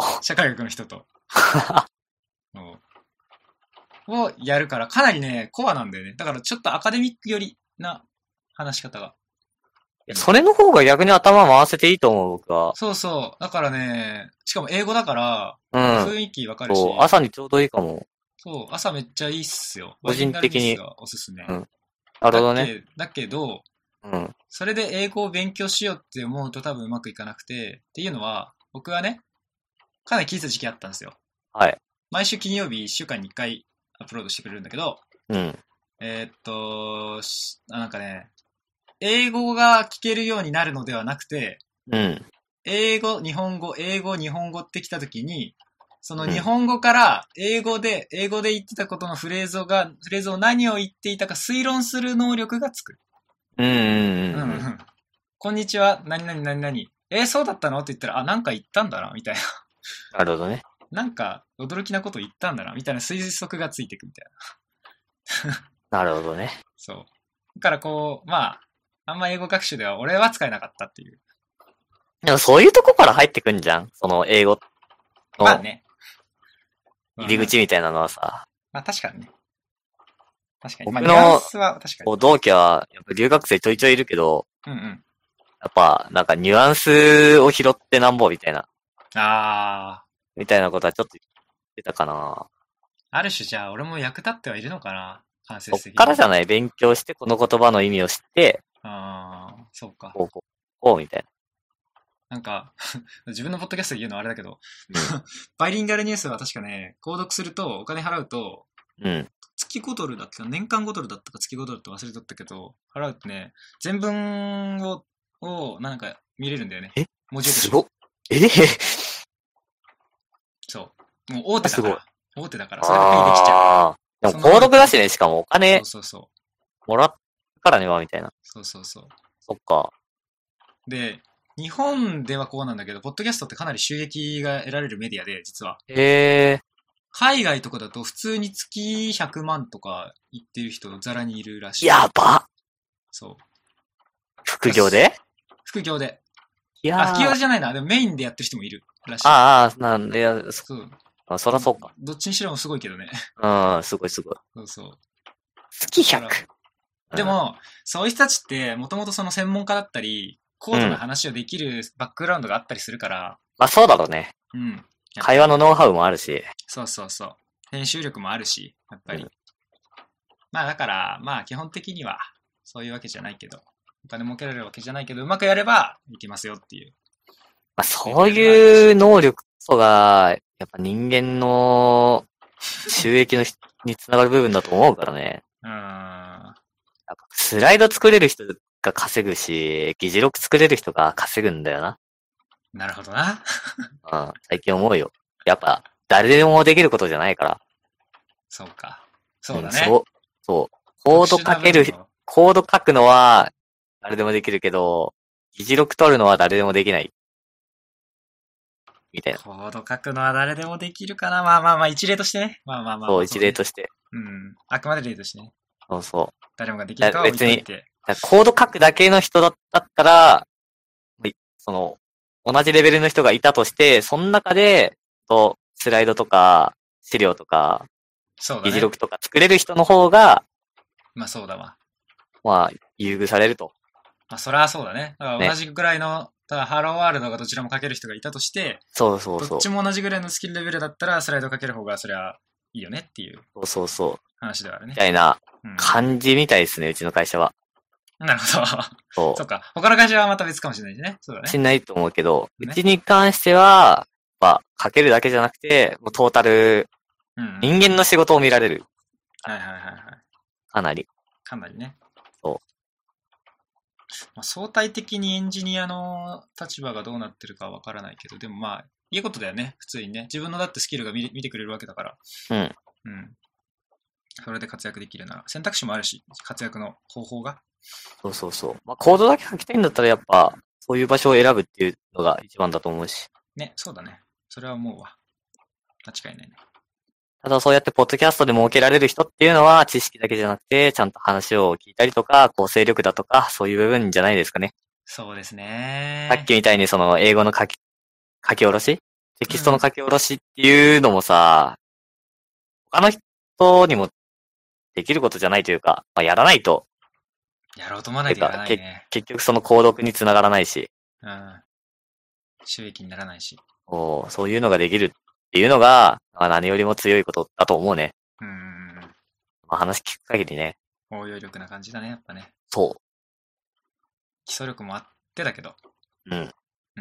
をやるから、かなりね、コアなんだよね。だからちょっとアカデミック寄りな話し方が。 それの方が逆に頭回せていいと思う、僕は。 そう。だからね、しかも英語だから、雰囲気わかるし。 そう、朝にちょうどいいかも。 そう、朝めっちゃいいっすよ。 個人的に。 おすすめ。 なるほどね。 だけど、それで英語を勉強しようって思うと多分うまくいかなくて、っていうのは、僕はね、かなり聞いてた時期あったんですよ。 はい。 毎週金曜日1週間に1回アップロードしてくれるんだけど、英語が聞けるようになるのではなくて、英語、日本語ってきたときに、その日本語から英語で言ってたことのフレーズを何を言っていたか推論する能力がつく。こんにちは、何々。そうだったのって言ったら、なんか言ったんだな、みたいな。 なるほどね。 驚きなこと言ったんだな、みたいな推測がついてくみたいな。なるほどね。 そう。だからあんま英語学習では俺は使えなかったっていう。 でもそういうとこから入ってくんじゃん、その英語の。 まあね。 入り口みたいなのはさ。 まあ確かにね。 僕の同期は、やっぱ留学生ちょいちょいいるけど、やっぱニュアンスを拾ってなんぼみたいな。みたいなことはちょっと言ってたかな。 ある種じゃあ俺も役立ってはいるのかな、間接的に。 そっからじゃない、勉強してこの言葉の意味を知って、 そうか。 こうみたいな。自分のポッドキャストで言うのはあれだけど、バイリンガルニュースは確かね、購読するとお金払うと、月5ドルだったか、年間5ドルだったか月5ドルって忘れとったけど、払うとね、全文を見れるんだよね。文字起こし。 すごそう。もう大手だから。大手だから、 それがペイできちゃう。でも購読だしね、しかもお金、もらったからねは、みたいな。 そう。 そっか。 で、日本ではこうなんだけど、ポッドキャストってかなり収益が得られるメディアで、実は。海外とかだと普通に月100万とか言ってる人ザラにいるらしい。 やば。 そう。 副業で。 副業じゃないな。でもメインでやってる人もいるらしい。 なんで、 そう。 あ、そらそうか。 どっちにしろもすごいけどね。 うん、すごいすごい。 そうそう。 月100。 でも、そういう人たちって、もともとその専門家だったり、高度な話をできるバックグラウンドがあったりするから、 まあそうだろうね。 うん。 会話のノウハウもあるし。 そうそうそう。編集力もあるし、やっぱり。まあだから、まあ基本的には、そういうわけじゃないけど、お金儲けられるわけじゃないけど、うまくやればいけますよっていう。 まあそういう能力こそが、やっぱ人間の収益につながる部分だと思うからね。やっぱスライド作れる人が稼ぐし、議事録作れる人が稼ぐんだよな。 なるほどな。 うん、最近思うよ。やっぱ、誰でもできることじゃないから。 そうか。そうだね。 そう。コード書くのは誰でもできるけど、議事録取るのは誰でもできない。みたいな。 コード書くのは誰でもできるかな。まあまあまあ、一例としてね。まあまあまあ。 そう、一例として。 うん。あくまで例としてね。 そうそう。 誰もができるかは置いといて。 別に、コード書くだけの人だったら、その、同じレベルの人がいたとして、その中で、スライドとか、資料とか、 そうだね。 議事録とか作れる人の方が、 まあそうだわ。 まあ、優遇されると。 まあそりゃそうだね。だから同じぐらいの、ただハローワールドがどちらも書ける人がいたとして、 そうそうそう。 どっちも同じぐらいのスキルレベルだったら、スライド書ける方がそりゃいいよねっていう。 そうそう。 話ではあるね。 みたいな感じみたいですね、うちの会社は。 なるほど。そうか。他の会社はまた別かもしれないしね。そうだね。 しないと思うけど、うちに関しては、書けるだけじゃなくて、もうトータル、人間の仕事を見られる。 はいはいはいはい。 かなり。 かなりね。 そう。 まあ、相対的にエンジニアの立場がどうなってるかわからないけど、でもまあ、いいことだよね。普通にね。自分のだってスキルが見てくれるわけだから。 うん。 うん。それで活躍できるなら。選択肢もあるし、活躍の方法が。 そうそうそう。まあ、コードだけ書きたいんだったらやっぱ、そういう場所を選ぶっていうのが一番だと思うし。 ね、そうだね。それは思うわ。間違いないね。 ただそうやってポッドキャストで設けられる人っていうのは知識だけじゃなくて、ちゃんと話を聞いたりとか、構成力だとか、そういう部分じゃないですかね。 そうですね。 さっきみたいにその英語の書き下ろしテキストの書き下ろしっていうのもさ、他の人にもできることじゃないというか、まあ、やらないと。 やろうと思わないとやらないね。 結局その購読につながらないし。 うん。収益にならないし。 そういうのができるっていうのが、まあ、何よりも強いことだと思うね。まあ、話聞く限りね。 応用力な感じだね、やっぱね。 そう。 基礎力もあってだけど。 うん。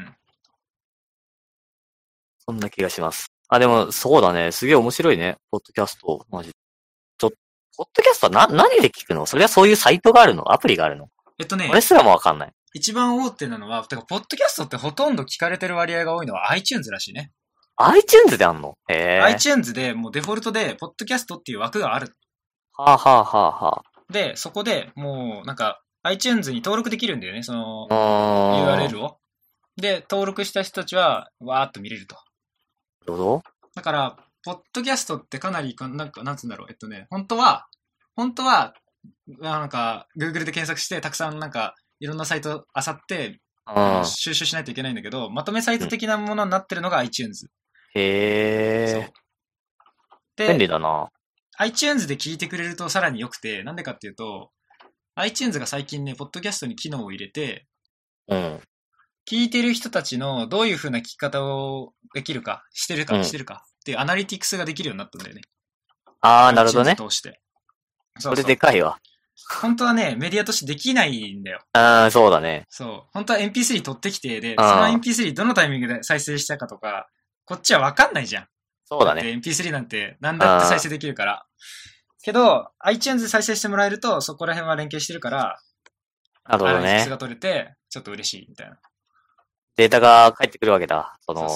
そんな気がします。あ、でも、そうだね。すげえ面白いね。ポッドキャスト。マジ。ポッドキャストは何で聞くの？それはそういうサイトがあるの？アプリがあるの？俺すらもわかんない。 一番大手なのは、てか、ポッドキャストってほとんど聞かれてる割合が多いのは iTunes らしいね。 iTunes であんの？へぇ。 iTunes でもうデフォルトで、ポッドキャストっていう枠がある。 はぁはぁはぁはぁ。 で、そこでもう、なんか、iTunes に登録できるんだよね、その、URL を。で、登録した人たちは、わーっと見れると。 どうぞ。 だから、ポッドキャストってかなり、なんか、なんつうんだろう、本当は、なんか、Google で検索して、たくさんなんか、いろんなサイト漁って、収集しないといけないんだけど、まとめサイト的なものになってるのが iTunes。 へー。で、便利だな。 iTunes で聞いてくれるとさらに良くて、なんでかっていうと、iTunes が最近ね、ポッドキャストに機能を入れて、聞いてる人たちのどういう風な聞き方をできるか、してるかっていうアナリティクスができるようになったんだよね。 なるほどね。 通して。 それでかいわ。 本当はね、メディアとしてできないんだよ。 そうだね。 そう。本当は MP3 取ってきて、で、その MP3 どのタイミングで再生したかとか、こっちはわかんないじゃん。 そうだね。 だって MP3 なんて何だって再生できるから。けど、iTunes で再生してもらえると、そこら辺は連携してるから、 なるほどね。 アナリティクスが取れて、ちょっと嬉しいみたいな。 データが返ってくるわけだ。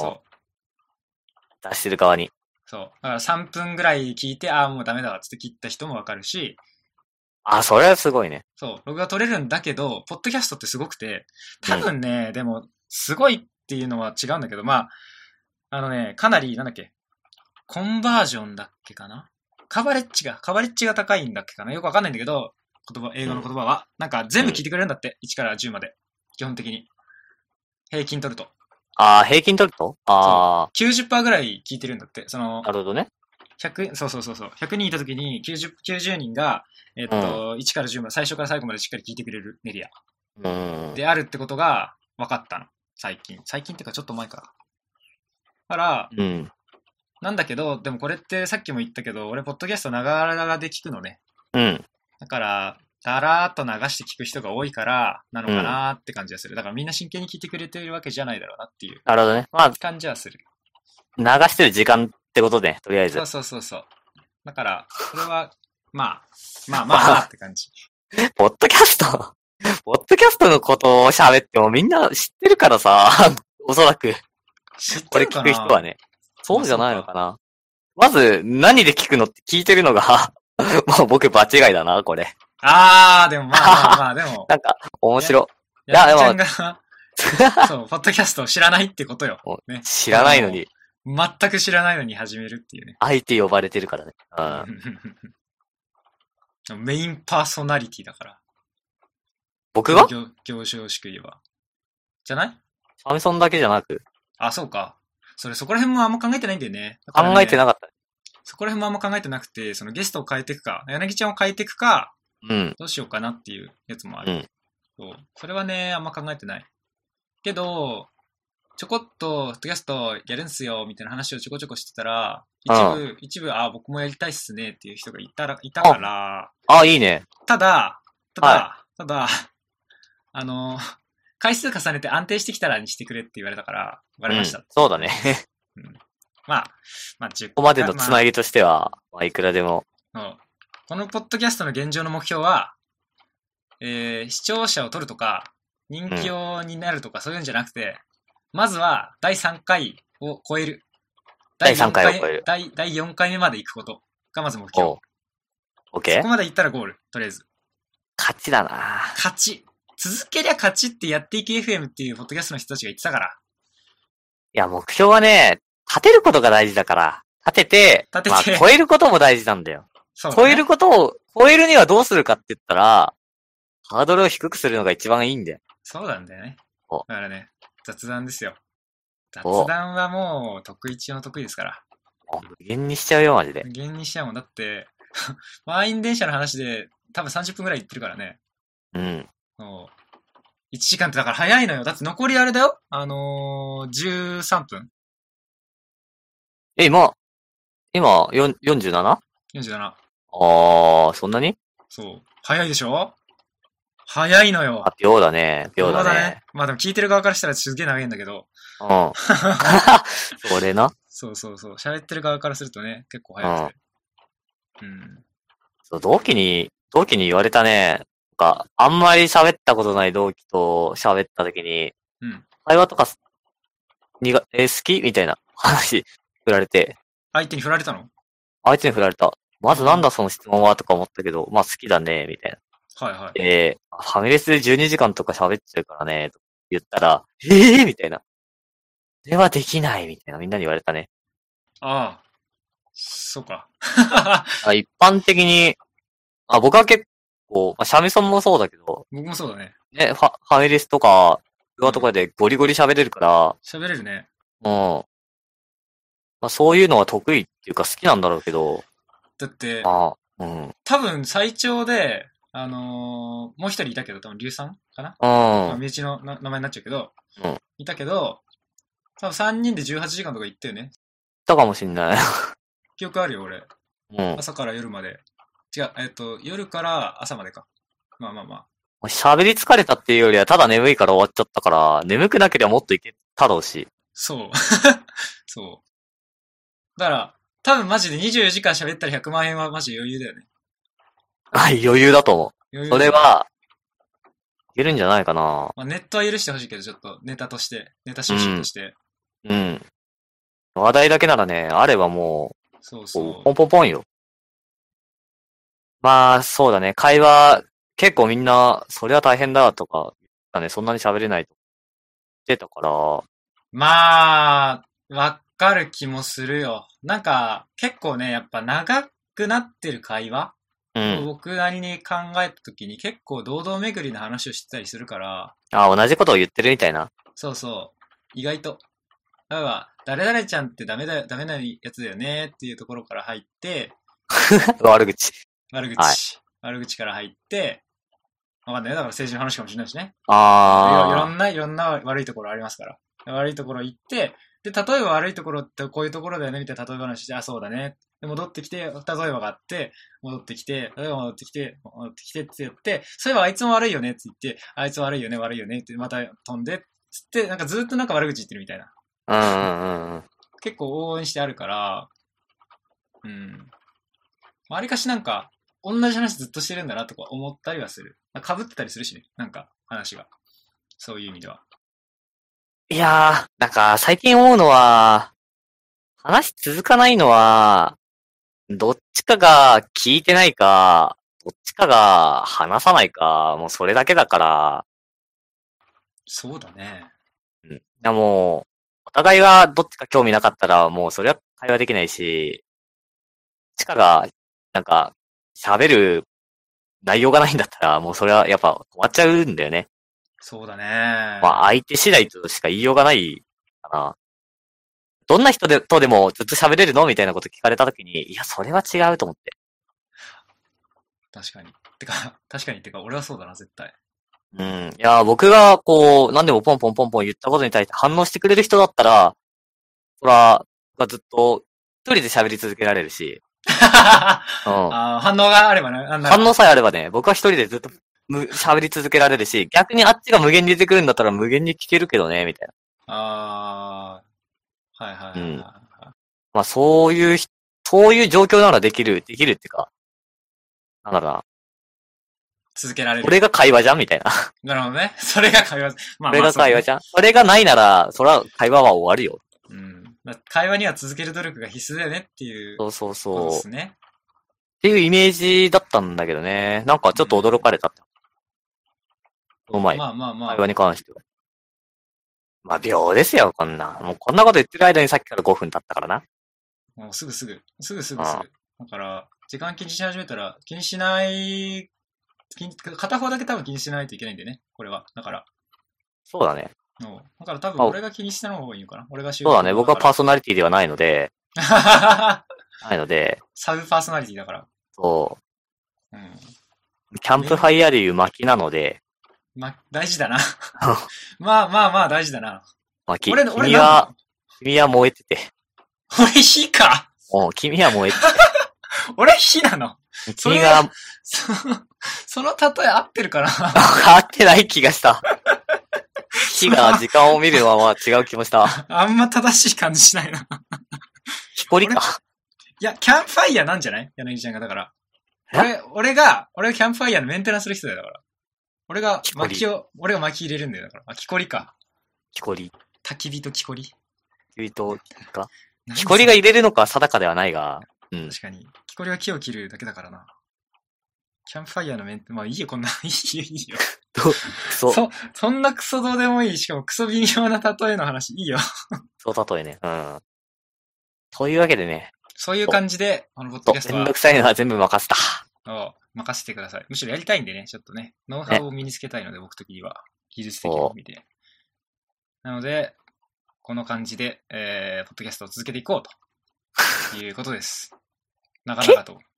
出してる側に。 そう。だから3分ぐらい聞いて、もうダメだわって切った人もわかるし。 それはすごいね。 そう。録画取れるんだけど、ポッドキャストってすごくて、多分ね、でも、すごいっていうのは違うんだけど、まあ、かなり、なんだっけ、コンバージョンだっけかな？カバレッジが高いんだっけかな？よくわかんないんだけど、英語の言葉は。なんか全部聞いてくれるんだって。1から10まで。基本的に。平均取ると。 平均取ると 90% ぐらい聞いてるんだって。 なるほどね。 そう。100人いた時に90人が、1から10まで最初から最後までしっかり聞いてくれるメディア。であるってことが分かったの。最近っていうかちょっと前から。だから、なんだけど、でもこれってさっきも言ったけど、俺、ポッドキャストながらで聞くのね。だから、だらーっと流して聞く人が多いから、なのかなーって感じがする。だからみんな真剣に聞いてくれてるわけじゃないだろうなっていう。 なるほどね。まあ、 感じはする。 流してる時間ってことで、とりあえず。 そう。だから、それは、まあって感じ。 ポッドキャストのことを喋ってもみんな知ってるからさ、おそらく。これ聞く人はね。そうじゃないのかな。まず、何で聞くのって聞いてるのが、もう僕場違いだな、これ。 でもまあ、でも。 なんか、面白い。でも。そう、ポッドキャストを知らないってことよ。 ね、知らないのに。 全く知らないのに始めるっていうね。 相手呼ばれてるからね。 メインパーソナリティだから。 僕が行々しく言えば。じゃない？ サメソンだけじゃなく。 そうか。そこら辺もあんま考えてないんだよね。 考えてなかった。 そこら辺もあんま考えてなくて、そのゲストを変えていくか、柳ちゃんを変えていくか、どうしようかなっていうやつもある。それはね、あんま考えてない。けど、ちょこっと、ポッドキャストやるんすよ、みたいな話をちょこちょこしてたら、一部、僕もやりたいっすねっていう人がいたから。 いいね。 ただ、回数重ねて安定してきたらにしてくれって言われたから、わかりました。 そうだね。 まあ、 ここまでのつなぎとしては、いくらでも。 このポッドキャストの現状の目標は、視聴者を取るとか、人気者になるとかそういうんじゃなくて、まずは第3回を超える。 第3回を超える。 第4回目まで行くことがまず目標。 OK？ そこまで行ったらゴール、とりあえず。 勝ちだな。 勝ち。続けりゃ勝ちってやっていく FM っていうポッドキャストの人たちが言ってたから。 いや、目標はね、立てることが大事だから。立てて、超えることも大事なんだよ。 そうだね、 超えるにはどうするかって言ったら、ハードルを低くするのが一番いいんだよ。 そうなんだよね。だからね、雑談ですよ。雑談はもう得意中の得意ですから。 無限にしちゃうよ、マジで。 無限にしちゃうもん。だって、満員電車の話で多分30分くらい言ってるからね。1時間ってだから早いのよ。だって残りあれだよ。13分。 今 47？ 47。 そんなに？ そう。早いでしょ？早いのよ。 秒だね。秒だね。 まあでも聞いてる側からしたらすげえ長いんだけど。 それな。 そう。喋ってる側からするとね、結構早くて。 そう、同期に言われたね。あんまり喋ったことない同期と喋った時に、会話とか、好きみたいな話、振られて。 相手に振られたの？ 相手に振られた。まずなんだその質問はとか思ったけど、まあ好きだね、みたいな。ファミレスで12時間とか喋っちゃうからね、と言ったら、みたいな。それはできない、みたいなみんなに言われたね。 そうか。 一般的に、僕は結構、シャミソンもそうだけど。 僕もそうだね。 ファミレスとか、とかでゴリゴリ喋れるから。 喋れるね。 そういうのは得意っていうか好きなんだろうけど。 だって、多分最長で、もう一人いたけど、多分、硫酸かな？身内の名前になっちゃうけど、いたけど、多分3人で18時間とか行ったよね。 たかもしんない。 記憶あるよ、俺。朝から夜まで。違う、夜から朝までか。まあ。 喋り疲れたっていうよりは、ただ眠いから終わっちゃったから、眠くなければもっといけたろうし。 そう。そう。だから、多分マジで24時間喋ったら100万円はマジ余裕だよね。 余裕だと思う。それは、いけるんじゃないかな。 ネットは許してほしいけど、ちょっとネタとして、ネタ収集として。 話題だけならね、あればもう、 そう。 ポンポンポンよ。まあ、そうだね。会話、結構みんな、それは大変だとか、そんなに喋れないと言ってたから。 まあ、わかる気もするよ。なんか、結構ね、やっぱ長くなってる会話、僕なりに考えたときに結構堂々巡りの話をしてたりするから。 同じことを言ってるみたいな。 そう。 意外と。例えば、誰々ちゃんってダメなやつだよねっていうところから入って、 悪口。 悪口。 はい悪口から入って、わかんないよ。だから政治の話かもしれないしね。いあろんな悪いところありますから。悪いところ行って、で、例えば悪いところってこういうところだよねみたいな例え話して、あ、そうだね。で、戻ってきて、例えばがあって、戻ってきてって言って、そういえばあいつも悪いよねって言って、あいつ悪いよねってまた飛んで、つって、なんかずっとなんか悪口言ってるみたいな。結構応援してあるから、わりかしなんか、同じ話ずっとしてるんだなとか思ったりはする。被ってたりするしね。なんか、話が。そういう意味では。 いやー、なんか最近思うのは、話続かないのは、どっちかが聞いてないか、どっちかが話さないか、もうそれだけだから。 そうだね。 いやもう、お互いがどっちか興味なかったら、もうそれは会話できないし、どっちかが、なんか、喋る内容がないんだったら、もうそれはやっぱ終わっちゃうんだよね。 そうだね。 まあ相手次第としか言いようがないかな。どんな人とでもずっと喋れるのみたいなこと聞かれたときに、いや、それは違うと思って。 確かに。ってか、俺はそうだな、絶対。 いや、僕がこう、何でもポンポン言ったことに対して反応してくれる人だったら、そら、ずっと一人で喋り続けられるし。 反応があればね。 反応さえあればね、僕は一人でずっと喋り続けられるし、逆にあっちが無限に出てくるんだったら無限に聞けるけどね、みたいな。 はい。 まあそういう状況ならできるっていうか、なんだろうな。 続けられる。 これが会話じゃんみたいな。 なるほどね。それが会話。 まあ、それが会話じゃん。それがないなら、それは会話は終わるよ。 会話には続ける努力が必須だよねっていう。 そう。 そうですね。 っていうイメージだったんだけどね。なんかちょっと驚かれたって。うまい。 まあ。 会話に関しては。まあ、秒ですよ、こんな。もうこんなこと言ってる間にさっきから5分経ったからな。 もうすぐ。だから、時間気にし始めたら、気にしない、片方だけ多分気にしないといけないんだよね、これは。だから。 そうだね。 だから多分俺が気にした方がいいのかな。俺がそうだね、僕はパーソナリティではないので。 サブパーソナリティだから。 そう。キャンプファイヤーでいう薪なので。 大事だな。まあ、大事だな。 薪。君は燃えてて。 俺火か。 君は燃えてて。 俺火なの。 君が、 その例え合ってるかな。 合ってない気がした。火が時間を見るのはまあ違う気もした。 あんま正しい感じしないな。 木こりか。 いや、キャンプファイヤーなんじゃない柳ちゃんがだから。俺がキャンプファイヤーのメンテナンスする人だよ、だから。俺が薪入れるんだよ、だから。木こりか。 木こり。 焚き火と木こり。 焚き火と木か。木こりが入れるのか定かではないが。 確かに。木こりは木を切るだけだからな。キャンプファイヤーのメンテ、まあいいよ、こんな、いいよ。そんなクソどうでもいい。しかもクソ微妙な例えの話、いいよ。 そう例えね。というわけでね。 そういう感じで、このポッドキャストは。 めんどくさいのは全部任せた。 任せてください。むしろやりたいんでね、ちょっとね、ノウハウを身につけたいので、僕的には。技術的に見て。なので、この感じで、ポッドキャストを続けていこうということです。なかなかと。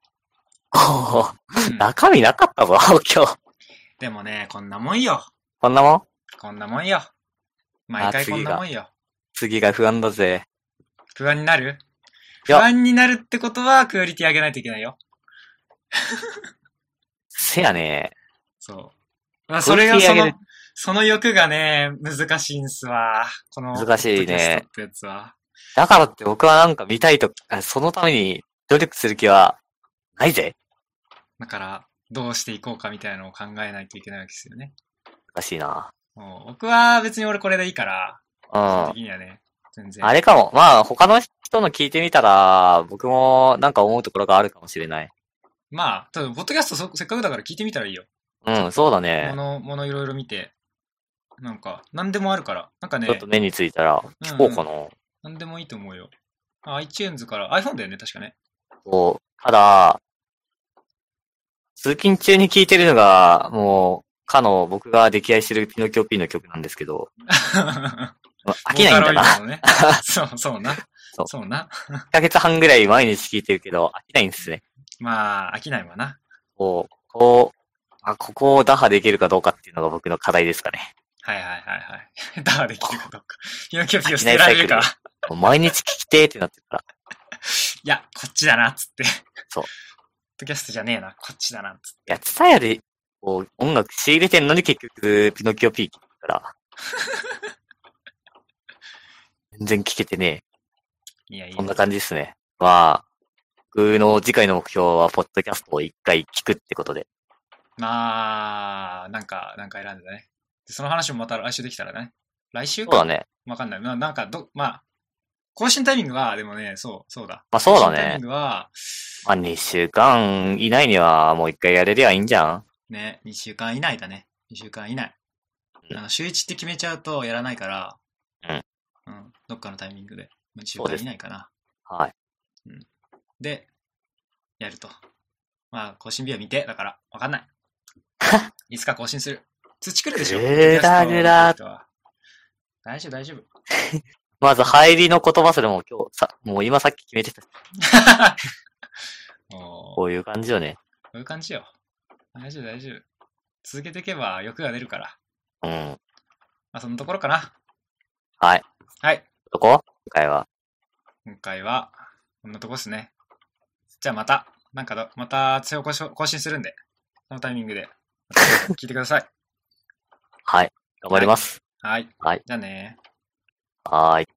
中身なかったぞ、今日。 でもね、こんなもんよ。 こんなもんよ。毎回こんなもんよ。 次が不安だぜ。 不安になるってことは、クオリティ上げないといけないよ。 せやね。 そう。まあ、それがその欲がね、難しいんすわ。この、 難しいね。 ってやつは。 だからって僕はなんか見たいと、そのために努力する気はないぜ。 だから、どうしていこうかみたいなのを考えないといけないわけですよね。 難しいな。 僕は別に俺これでいいから、基本的にはね、全然。 あれかも。まあ、他の人の聞いてみたら、僕もなんか思うところがあるかもしれない。 まあ、ただ、ポッドキャストせっかくだから聞いてみたらいいよ。 そうだね。 ものいろいろ見て。なんか、なんでもあるから。なんかね。 ちょっと目についたら、聞こうかな。 なんでもいいと思うよ。iTunes から、iPhone だよね、確かね。 そう。ただ、通勤中に聴いてるのが、もう、僕が溺愛してるピノキオ P の曲なんですけど。 飽きないんだな。 ボーカロイドのね。そうな。そうな。 1ヶ月半ぐらい毎日聞いてるけど、飽きないんですね。 まあ、飽きないわな。 ここを打破できるかどうかっていうのが僕の課題ですかね。 はい。打破できるかどうか。ピノキオピオ捨てられるか。 もう毎日聞きてーってなってるから。 いや、こっちだな、つって。 そう。 ポッドキャストじゃねえな、こっちだな、つって。 いや、ツタヤで、こう、音楽仕入れてんのに結局、ピノキオピー聞くから。全然聞けてねえ。 いや、 そんな感じですね。まあ、僕の次回の目標は、ポッドキャストを一回聞くってことで。 まあ、なんか選んでたね。その話もまた来週できたらね。来週そうだね。 わかんない。なんかまあ、更新タイミングは、でもね、そうだ。 まあそうだね。 更新タイミングは、 まあ2週間以内にはもう一回やれりゃいいんじゃん？ ね、2週間以内だね。2週間以内。週1って決めちゃうとやらないから、どっかのタイミングで。2週間以内かな。 はい。 で、やると。まあ、更新日は見て、だから、わかんない。いつか更新する。通知来るでしょ。 ぐらぐら。 大丈夫。 まず入りの言葉すらももう今さっき決めてた。こういう感じよね。 こういう感じよ。大丈夫。続けていけば欲が出るから。まあ、そのところかな。 はい。どこ？今回は、こんなとこっすね。じゃあまた強更新するんで、そのタイミングで、聞いてください。 はい。頑張ります。 はい。じゃあね。 はい。